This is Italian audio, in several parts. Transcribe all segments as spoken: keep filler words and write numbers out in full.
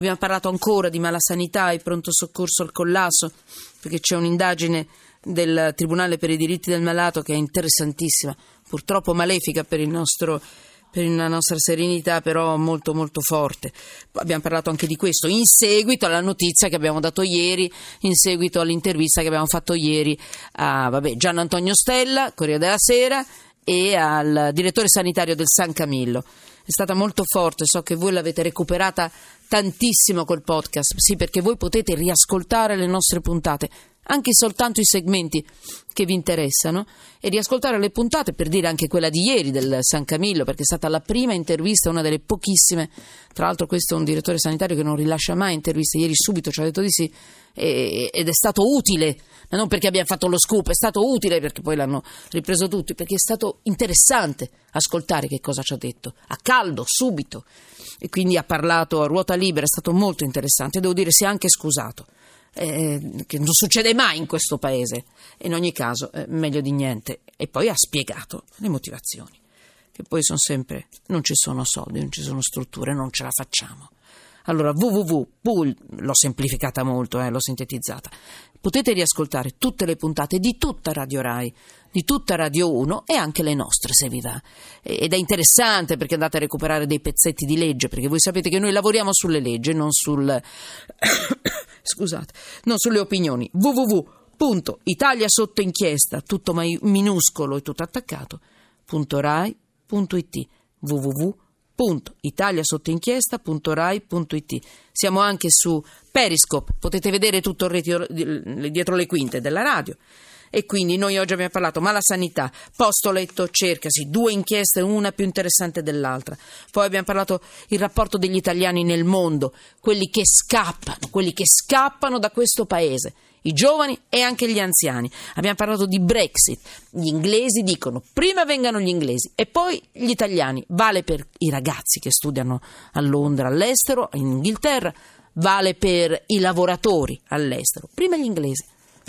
Abbiamo parlato ancora di malasanità e pronto soccorso al collasso, perché c'è un'indagine del Tribunale per i diritti del malato che è interessantissima, purtroppo malefica per il nostro, per la nostra serenità, però molto molto forte. Abbiamo parlato anche di questo in seguito alla notizia che abbiamo dato ieri, in seguito all'intervista che abbiamo fatto ieri a vabbè, Gian Antonio Stella, Corriere della Sera, e al direttore sanitario del San Camillo. È stata molto forte, so che voi l'avete recuperata tantissimo col podcast, sì, perché voi potete riascoltare le nostre puntate, anche soltanto i segmenti che vi interessano, e riascoltare le puntate, per dire anche quella di ieri del San Camillo, perché è stata la prima intervista, una delle pochissime. Tra l'altro questo è un direttore sanitario che non rilascia mai interviste, ieri subito ci ha detto di sì, e, ed è stato utile, ma non perché abbiamo fatto lo scoop, è stato utile perché poi l'hanno ripreso tutti, perché è stato interessante ascoltare che cosa ci ha detto, a caldo, subito, e quindi ha parlato a ruota libera, è stato molto interessante, devo dire si è anche scusato. Eh, che non succede mai in questo paese, in ogni caso eh, meglio di niente, e poi ha spiegato le motivazioni, che poi sono sempre: non ci sono soldi, non ci sono strutture, non ce la facciamo. Allora www, l'ho semplificata molto, eh, l'ho sintetizzata, potete riascoltare tutte le puntate di tutta Radio Rai, di tutta Radio uno e anche le nostre se vi va, ed è interessante perché andate a recuperare dei pezzetti di legge, perché voi sapete che noi lavoriamo sulle leggi, non sul scusate, non sulle opinioni. www punto italia sotto inchiesta, tutto minuscolo e tutto attaccato, punto rai punto it, www punto italia sotto inchiesta punto rai punto it. Siamo anche su Periscope, potete vedere tutto il retiro, dietro le quinte della radio. E quindi noi oggi abbiamo parlato malasanità, posto letto cercasi, due inchieste, una più interessante dell'altra. Poi abbiamo parlato il rapporto degli italiani nel mondo, quelli che scappano, quelli che scappano da questo paese, i giovani e anche gli anziani. Abbiamo parlato di Brexit, gli inglesi dicono prima vengano gli inglesi e poi gli italiani, vale per i ragazzi che studiano a Londra, all'estero, in Inghilterra, vale per i lavoratori all'estero, prima gli inglesi,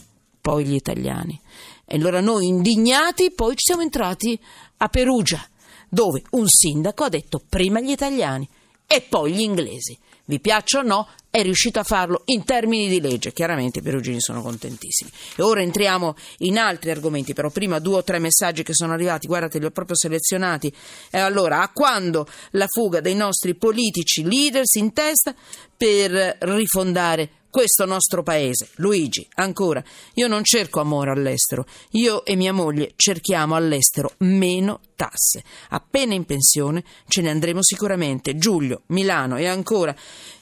poi gli italiani. E allora noi indignati poi ci siamo entrati a Perugia, dove un sindaco ha detto prima gli italiani e poi gli inglesi. Vi piaccia o no, è riuscito a farlo in termini di legge. Chiaramente i perugini sono contentissimi. E ora entriamo in altri argomenti, però prima due o tre messaggi che sono arrivati, guardate, li ho proprio selezionati. E allora, a quando la fuga dei nostri politici leaders in testa per rifondare questo nostro paese? Luigi, ancora, io non cerco amore all'estero, io e mia moglie cerchiamo all'estero meno tasse, appena in pensione ce ne andremo sicuramente. Giulio, Milano, e ancora,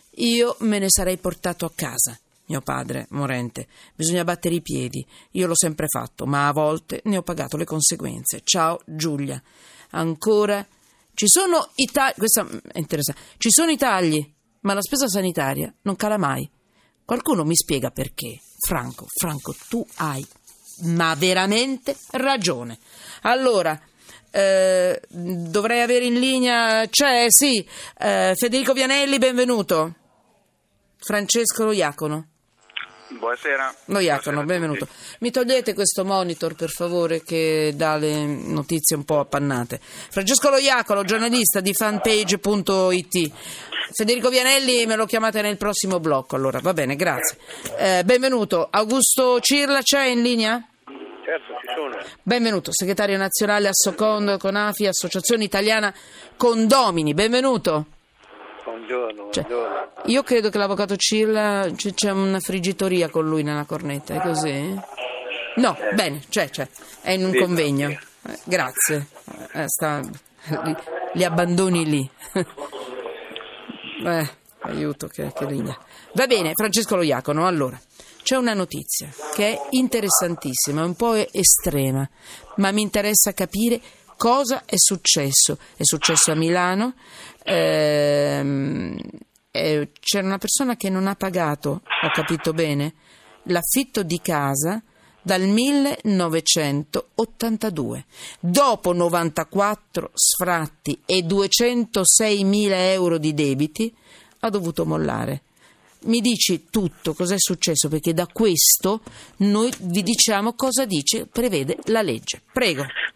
io me ne sarei portato a casa mio padre morente, bisogna battere i piedi, io l'ho sempre fatto, ma a volte ne ho pagato le conseguenze. Ciao Giulia. Ancora, ci sono i tagli, questa è interessante, ci sono i tagli, ma la spesa sanitaria non cala mai. Qualcuno mi spiega perché? Franco, Franco, tu hai ma veramente ragione. Allora, eh, dovrei avere in linea, c'è, sì, eh, Federico Vianelli, benvenuto. Francesco Lo Iacono. Buonasera. Lo Iacono, benvenuto. Mi togliete questo monitor, per favore, che dà le notizie un po' appannate. Francesco Lo Iacono, giornalista di fanpage punto it. Federico Vianelli me lo chiamate nel prossimo blocco, allora, va bene, grazie. Eh, benvenuto. Augusto Cirla c'è in linea? Certo, ci sono. Benvenuto, segretario nazionale Assocondo, Conafi, Associazione Italiana Condomini, benvenuto. Buongiorno, Cioè, buongiorno. io credo che l'avvocato Cirla, c- c'è una friggitoria con lui nella cornetta, è così? No, eh. bene, c'è, c'è, è in un sì, convegno. No, eh, grazie, eh, sta, li, li abbandoni lì. Eh, aiuto, che, che linea. Va bene, Francesco Lo Iacono, allora, c'è una notizia che è interessantissima, un po' estrema, ma mi interessa capire cosa è successo. È successo a Milano, ehm, eh, c'era una persona che non ha pagato, ho capito bene, l'affitto di casa dal millenovecentottantadue. Dopo novantaquattro sfratti e duecentoseimila euro di debiti, ha dovuto mollare. Mi dici tutto, cos'è successo? Perché da questo noi vi diciamo cosa dice, prevede la legge. Prego.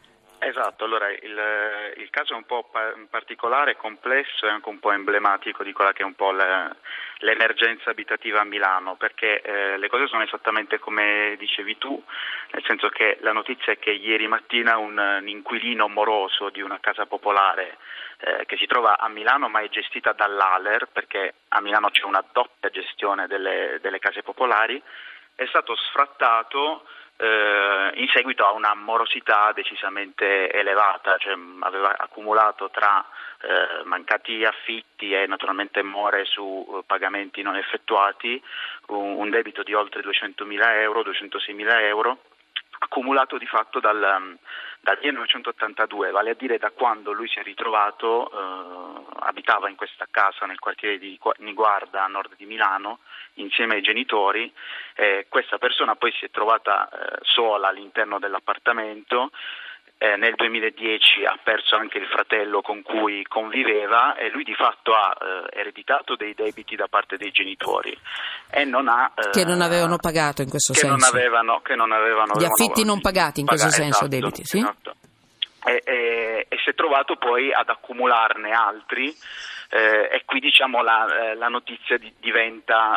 Esatto, allora il, il caso è un po' pa- particolare, complesso e anche un po' emblematico di quella che è un po' le, l'emergenza abitativa a Milano, perché eh, le cose sono esattamente come dicevi tu, nel senso che la notizia è che ieri mattina un, un inquilino moroso di una casa popolare eh, che si trova a Milano ma è gestita dall'Aler, perché a Milano c'è una doppia gestione delle, delle case popolari, è stato sfrattato Eh, in seguito a una morosità decisamente elevata, cioè aveva accumulato tra eh, mancati affitti e naturalmente more su eh, pagamenti non effettuati un, un debito di oltre duecentomila euro, duecentoseimila euro, accumulato di fatto dal, dal millenovecentottantadue, vale a dire da quando lui si è ritrovato, eh, abitava in questa casa nel quartiere di Niguarda a nord di Milano insieme ai genitori. Eh, questa persona poi si è trovata eh, sola all'interno dell'appartamento. Eh, nel duemiladieci ha perso anche il fratello con cui conviveva e lui di fatto ha eh, ereditato dei debiti da parte dei genitori e non ha eh, che non avevano pagato in questo che senso non avevano, che non avevano gli affitti avevano, non pagati in paga, questo senso, esatto, debiti, sì? Esatto. E, e, e si è trovato poi ad accumularne altri eh, e qui diciamo la, la notizia di, diventa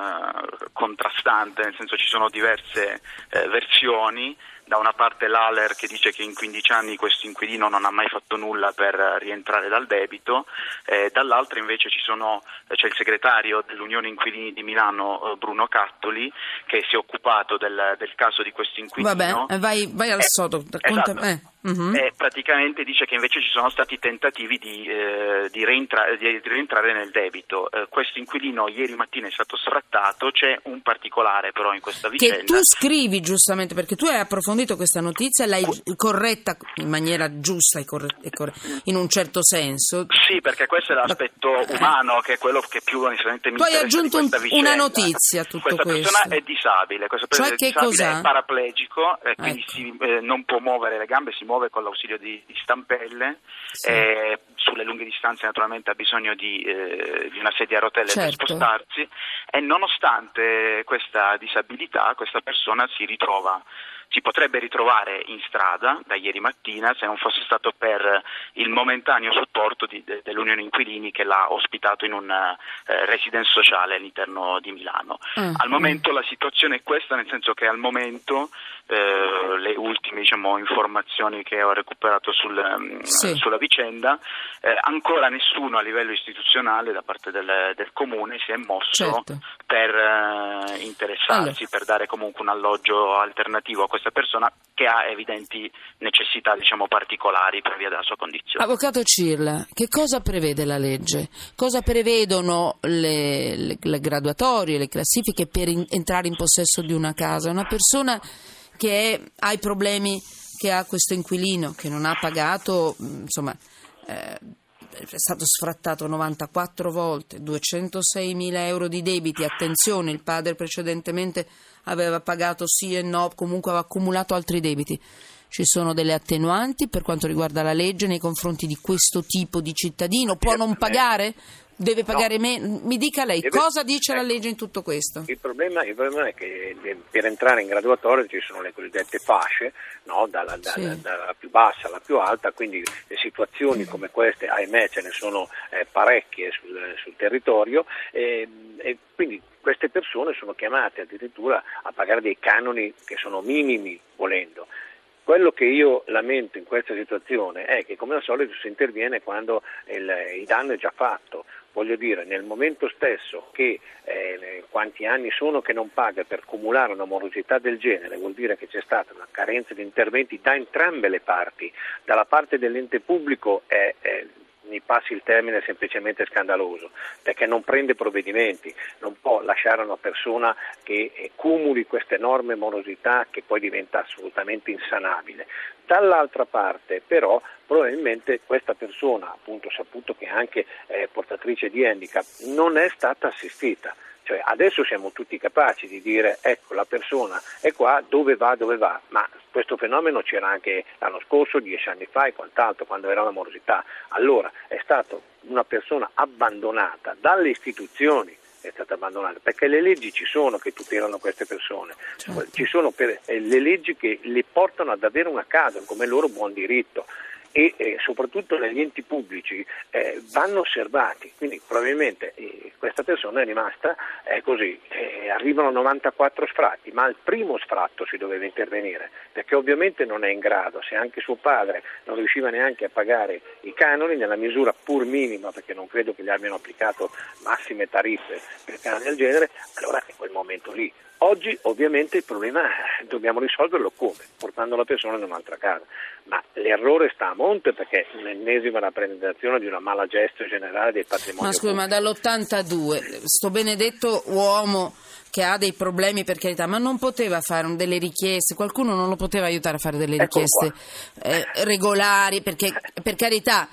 eh, contrastante, nel senso ci sono diverse eh, versioni. Da una parte l'Aler che dice che in quindici anni questo inquilino non ha mai fatto nulla per rientrare dal debito, eh, dall'altra invece ci sono, c'è il segretario dell'Unione Inquilini di Milano, eh, Bruno Cattoli, che si è occupato del, del caso di questo inquilino. Vabbè, vai, vai al eh, sodo, racconta, esatto. eh. Uh-huh. E praticamente dice che invece ci sono stati tentativi di, eh, di, rientra- di rientrare nel debito. Eh, questo inquilino ieri mattina è stato sfrattato. C'è un particolare però in questa vicenda. Che tu scrivi giustamente, perché tu hai approfondito questa notizia, l'hai corretta in maniera giusta e corre- e corre- in un certo senso. Sì, perché questo è l'aspetto umano, che è quello che più onestamente mi tu interessa. Hai aggiunto di un, una notizia a tutto questa questo. Questa persona è disabile, questa persona cioè è che disabile, cos'ha? È paraplegico, e quindi ecco. si, eh, non può muovere le gambe, si muove con l'ausilio di, di stampelle, sì. eh, sulle lunghe distanze naturalmente ha bisogno di, eh, di una sedia a rotelle, certo, per spostarsi, e nonostante questa disabilità questa persona si ritrova si potrebbe ritrovare in strada da ieri mattina se non fosse stato per il momentaneo supporto di, de, dell'Unione Inquilini che l'ha ospitato in un eh, residence sociale all'interno di Milano. Mm, al momento mm. la situazione è questa, nel senso che al momento eh, le ultime diciamo, informazioni che ho recuperato sul, sì. sulla vicenda, eh, ancora nessuno a livello istituzionale da parte del, del Comune si è mosso, certo, per eh, interessarsi, allora. per dare comunque un alloggio alternativo a questa persona che ha evidenti necessità diciamo particolari per via della sua condizione. Avvocato Cirla, che cosa prevede la legge? Cosa prevedono le, le, le graduatorie, le classifiche per in, entrare in possesso di una casa? Una persona che è, ha i problemi che ha questo inquilino, che non ha pagato, insomma, eh, è stato sfrattato novantaquattro volte, duecentoseimila euro di debiti, attenzione, il padre precedentemente aveva pagato sì e no, comunque aveva accumulato altri debiti. Ci sono delle attenuanti per quanto riguarda la legge nei confronti di questo tipo di cittadino? Può non pagare? Deve pagare no. meno? Mi dica lei, Deve... cosa dice ecco, la legge in tutto questo? Il problema, il problema è che per entrare in graduatoria ci sono le cosiddette fasce, no? dalla, da, sì. da, dalla più bassa alla più alta, quindi le situazioni mm. come queste, ahimè, ce ne sono eh, parecchie sul, sul territorio e, e quindi queste persone sono chiamate addirittura a pagare dei canoni che sono minimi volendo. Quello che io lamento in questa situazione è che come al solito si interviene quando il, il danno è già fatto. Voglio dire, nel momento stesso che eh, quanti anni sono che non paga per cumulare una morosità del genere, vuol dire che c'è stata una carenza di interventi da entrambe le parti. Dalla parte dell'ente pubblico è, è mi passi il termine semplicemente scandaloso, perché non prende provvedimenti, non può lasciare una persona che eh, cumuli questa enorme morosità che poi diventa assolutamente insanabile. Dall'altra parte però probabilmente questa persona, appunto saputo che è anche eh, portatrice di handicap, non è stata assistita. Cioè adesso siamo tutti capaci di dire ecco la persona è qua, dove va, dove va, ma questo fenomeno c'era anche l'anno scorso, dieci anni fa e quant'altro, quando era una morosità. Allora è stata una persona abbandonata dalle istituzioni, è state abbandonate, perché le leggi ci sono che tutelano queste persone, certo. Ci sono per, eh, le leggi che le portano ad avere una casa come loro buon diritto. E eh, soprattutto negli enti pubblici eh, vanno osservati, quindi probabilmente eh, questa persona è rimasta eh, così, eh, arrivano novantaquattro sfratti, ma al primo sfratto si doveva intervenire, perché ovviamente non è in grado, se anche suo padre non riusciva neanche a pagare i canoni nella misura pur minima, perché non credo che gli abbiano applicato massime tariffe per canoni del genere, allora in quel momento lì. Oggi ovviamente il problema dobbiamo risolverlo come? Portando la persona in un'altra casa, ma l'errore sta a monte perché è l'ennesima rappresentazione di una mala gestione generale dei patrimoni. Ma scusa, ma dall'ottantadue sto benedetto uomo che ha dei problemi, per carità, ma non poteva fare delle richieste, qualcuno non lo poteva aiutare a fare delle richieste eh, regolari, perché per carità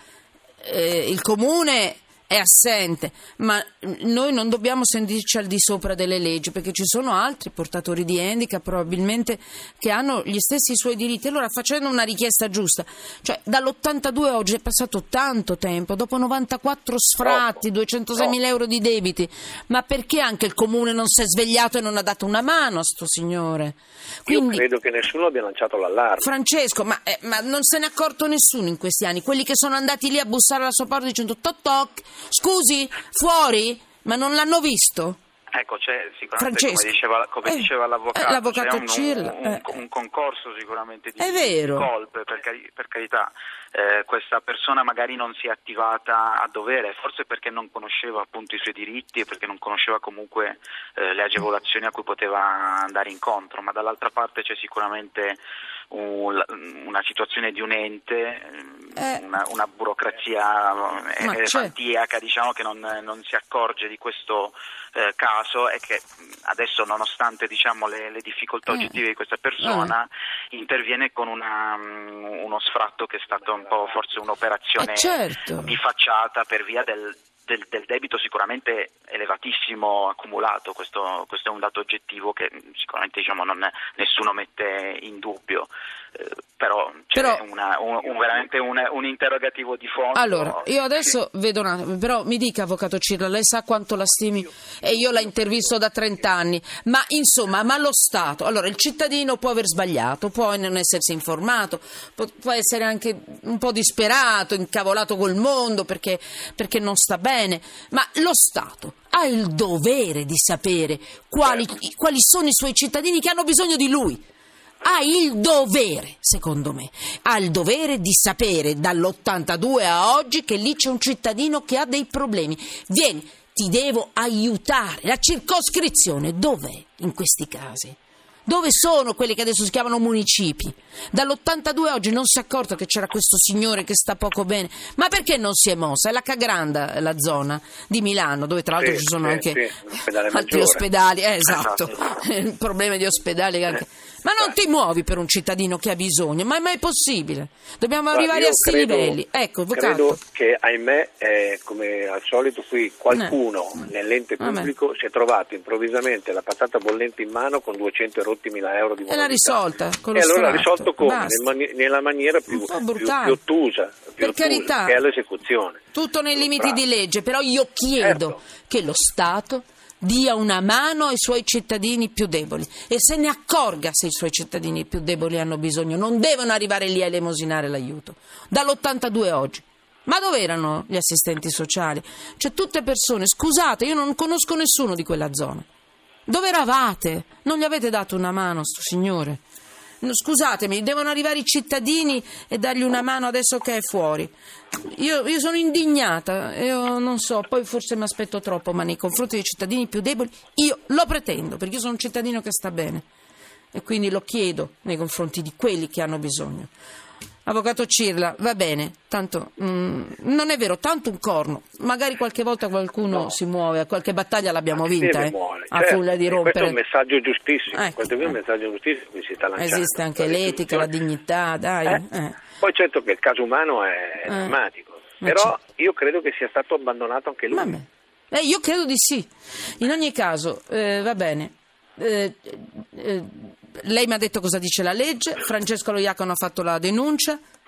eh, il comune è assente, ma noi non dobbiamo sentirci al di sopra delle leggi, perché ci sono altri portatori di handicap probabilmente che hanno gli stessi suoi diritti. Allora, facendo una richiesta giusta, cioè dall'ottantadue a oggi è passato tanto tempo, dopo novantaquattro sfratti, duecentoseimila euro di debiti, ma perché anche il comune non si è svegliato e non ha dato una mano a sto signore? Quindi, io credo che nessuno abbia lanciato l'allarme. Francesco, ma, eh, ma non se n'è accorto nessuno in questi anni, quelli che sono andati lì a bussare alla sua porta dicendo toc toc, scusi, fuori? Ma non l'hanno visto? Ecco, c'è sicuramente, Francesco. come diceva, come eh, diceva l'avvocato, eh, l'avvocato c'è un, Cirla, un, eh. un, un concorso sicuramente di, è vero. di colpe, per, cari- per carità. Eh, questa persona magari non si è attivata a dovere, forse perché non conosceva appunto i suoi diritti e perché non conosceva comunque eh, le agevolazioni a cui poteva andare incontro, ma dall'altra parte c'è sicuramente un, una situazione di un ente, eh. una, una burocrazia elefantiaca, diciamo, che non, non si accorge di questo eh, caso e che adesso, nonostante diciamo le, le difficoltà oggettive di questa persona, eh. interviene con una, uno sfratto che è stato un po' forse un'operazione eh certo. di facciata per via del, del, del debito sicuramente elevatissimo accumulato. Questo, questo è un dato oggettivo che sicuramente diciamo non nessuno mette in dubbio, eh, però c'è però, una, un, un, veramente un, un interrogativo di fondo. Allora, io adesso vedo un attimo, però mi dica, avvocato Cirla, lei sa quanto la stimi e io la intervisto da trent'anni, ma insomma, ma lo Stato, allora il cittadino può aver sbagliato, può non essersi informato, può, può essere anche un po' disperato, incavolato col mondo perché, perché non sta bene, ma lo Stato ha il dovere di sapere quali, quali sono i suoi cittadini che hanno bisogno di lui. Ha il dovere, secondo me, ha il dovere di sapere dall'ottantadue a oggi che lì c'è un cittadino che ha dei problemi. Vieni, ti devo aiutare. La circoscrizione dov'è in questi casi? Dove sono quelli che adesso si chiamano municipi? Dall'ottantadue a oggi non si è accorto che c'era questo signore che sta poco bene. Ma perché non si è mossa? È la Cagranda, la zona di Milano, dove tra l'altro sì, ci sono sì, anche sì, altri ospedali. Eh, esatto, il problema di ospedali anche. Ma non ti muovi per un cittadino che ha bisogno, ma è mai possibile? Dobbiamo Guarda, arrivare a questi credo, livelli. Ecco, avvocato. Credo che, ahimè, eh, come al solito qui qualcuno eh. nell'ente pubblico Vabbè. si è trovato improvvisamente la patata bollente in mano con duecento e rotti mila euro di e l'ha risolta con lo e allora l'ha sfratto. risolto come? Basta. Nel mani- nella maniera più, più, più ottusa, più per ottusa, carità, che è l'esecuzione. Tutto nei limiti di legge, però io chiedo certo. che lo Stato dia una mano ai suoi cittadini più deboli e se ne accorga se i suoi cittadini più deboli hanno bisogno. Non devono arrivare lì a elemosinare l'aiuto. Dall'ottantadue a oggi. Ma dove erano gli assistenti sociali? Cioè tutte persone, scusate, io non conosco nessuno di quella zona. Dove eravate? Non gli avete dato una mano a sto signore? Scusatemi, devono arrivare i cittadini e dargli una mano adesso che è fuori. Io, io sono indignata, io non so, poi forse mi aspetto troppo, ma nei confronti dei cittadini più deboli io lo pretendo, perché io sono un cittadino che sta bene e quindi lo chiedo nei confronti di quelli che hanno bisogno. Avvocato Cirla, va bene, tanto mm, non è vero, tanto un corno, magari qualche volta qualcuno no. si muove, a qualche battaglia l'abbiamo Anche vinta, eh, muore. a certo. fulla di rompere. Questo è un messaggio giustissimo, ecco, questo è un eh. messaggio giustissimo che si sta lanciando. Esiste anche l'etica, la dignità, dai. Eh? Eh. Poi certo che il caso umano è eh. drammatico, Ma però c'è. io credo che sia stato abbandonato anche lui. Vabbè. Eh, io credo di sì. In ogni caso, eh, va bene. Eh, eh, lei mi ha detto cosa dice la legge, Francesco Loiacono ha fatto la denuncia.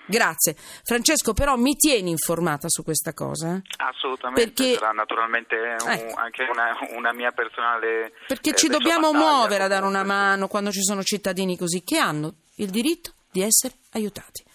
Grazie. Francesco, però mi tieni informata su questa cosa? Assolutamente, perché sarà naturalmente un, ecco. anche una, una mia personale... Perché eh, ci dobbiamo battaglia, muovere a dare una comunque. mano quando ci sono cittadini così che hanno il diritto di essere aiutati.